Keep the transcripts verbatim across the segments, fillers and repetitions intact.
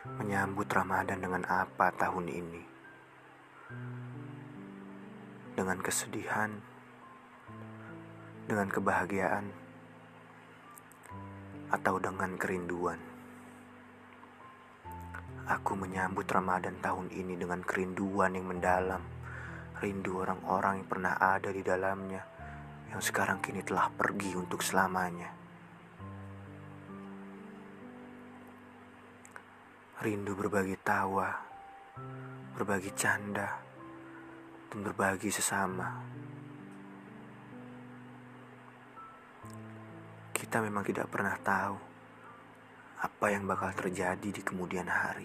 Menyambut Ramadan dengan apa tahun ini? Dengan kesedihan, dengan kebahagiaan, atau dengan kerinduan? Aku menyambut Ramadan tahun ini dengan kerinduan yang mendalam, rindu orang-orang yang pernah ada di dalamnya, yang sekarang kini telah pergi untuk selamanya. Rindu berbagi tawa, berbagi canda, dan berbagi sesama. Kita memang tidak pernah tahu apa yang bakal terjadi di kemudian hari.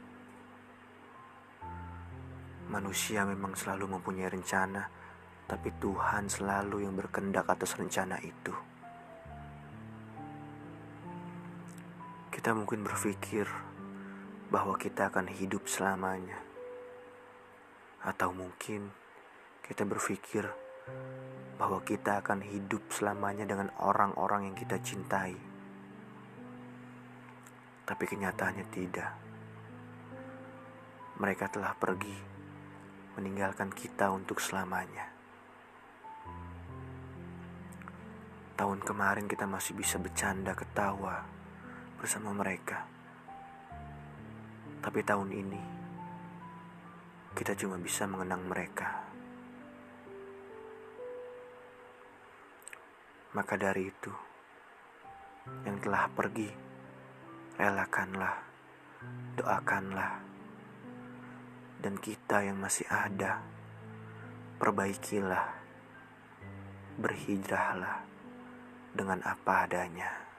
Manusia memang selalu mempunyai rencana, tapi Tuhan selalu yang berkehendak atas rencana itu. Kita mungkin berpikir bahwa kita akan hidup selamanya. Atau mungkin kita berpikir bahwa kita akan hidup selamanya dengan orang-orang yang kita cintai. Tapi kenyataannya tidak. Mereka telah pergi, meninggalkan kita untuk selamanya. Tahun kemarin kita masih bisa bercanda ketawa bersama mereka. Tapi tahun ini kita cuma bisa mengenang mereka. Maka dari itu, yang telah pergi, relakanlah, doakanlah. Dan kita yang masih ada, perbaikilah, berhijrahlah dengan apa adanya.